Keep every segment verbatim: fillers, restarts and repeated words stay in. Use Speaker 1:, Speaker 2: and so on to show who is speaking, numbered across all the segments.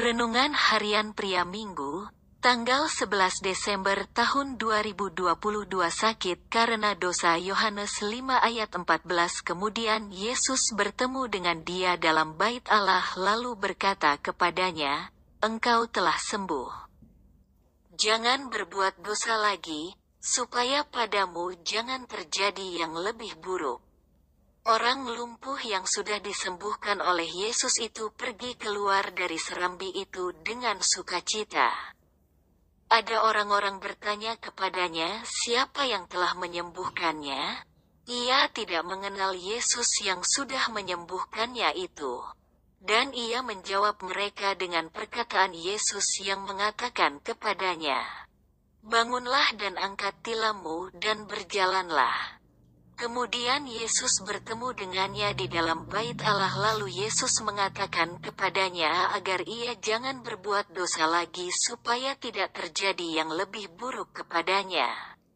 Speaker 1: Renungan Harian Pria Minggu, tanggal sebelas Desember tahun dua ribu dua puluh dua. Sakit karena dosa. Yohanes lima ayat empat belas. Kemudian Yesus bertemu dengan dia dalam bait Allah lalu berkata kepadanya, "Engkau telah sembuh. Jangan berbuat dosa lagi, supaya padamu jangan terjadi yang lebih buruk." Orang lumpuh yang sudah disembuhkan oleh Yesus itu pergi keluar dari serambi itu dengan sukacita. Ada orang-orang bertanya kepadanya siapa yang telah menyembuhkannya. Ia tidak mengenal Yesus yang sudah menyembuhkannya itu. Dan ia menjawab mereka dengan perkataan Yesus yang mengatakan kepadanya, "Bangunlah dan angkat tilammu dan berjalanlah." Kemudian Yesus bertemu dengannya di dalam bait Allah lalu Yesus mengatakan kepadanya agar ia jangan berbuat dosa lagi supaya tidak terjadi yang lebih buruk kepadanya.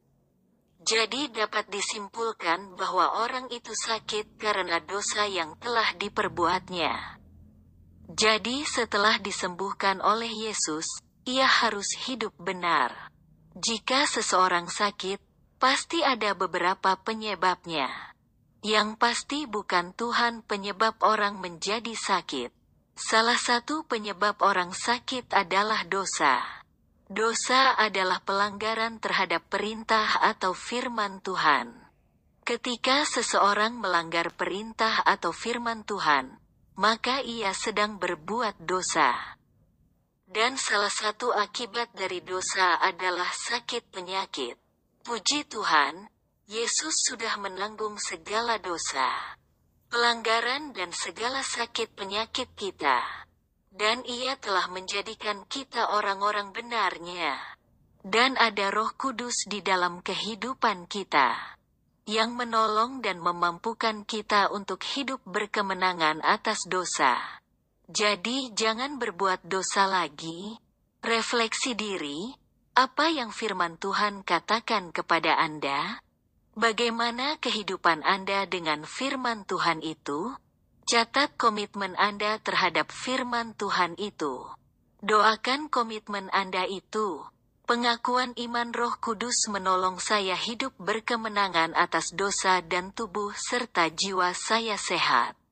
Speaker 1: Jadi dapat disimpulkan bahwa orang itu sakit karena dosa yang telah diperbuatnya. Jadi setelah disembuhkan oleh Yesus, ia harus hidup benar. Jika seseorang sakit, pasti ada beberapa penyebabnya. Yang pasti bukan Tuhan penyebab orang menjadi sakit. Salah satu penyebab orang sakit adalah dosa. Dosa adalah pelanggaran terhadap perintah atau firman Tuhan. Ketika seseorang melanggar perintah atau firman Tuhan, maka ia sedang berbuat dosa. Dan salah satu akibat dari dosa adalah sakit penyakit. Puji Tuhan, Yesus sudah menanggung segala dosa, pelanggaran dan segala sakit penyakit kita. Dan ia telah menjadikan kita orang-orang benarnya. Dan ada Roh Kudus di dalam kehidupan kita, yang menolong dan memampukan kita untuk hidup berkemenangan atas dosa. Jadi jangan berbuat dosa lagi. Refleksi diri. Apa yang firman Tuhan katakan kepada Anda? Bagaimana kehidupan Anda dengan firman Tuhan itu? Catat komitmen Anda terhadap firman Tuhan itu. Doakan komitmen Anda itu. Pengakuan iman Roh Kudus menolong saya hidup berkemenangan atas dosa dan tubuh serta jiwa saya sehat.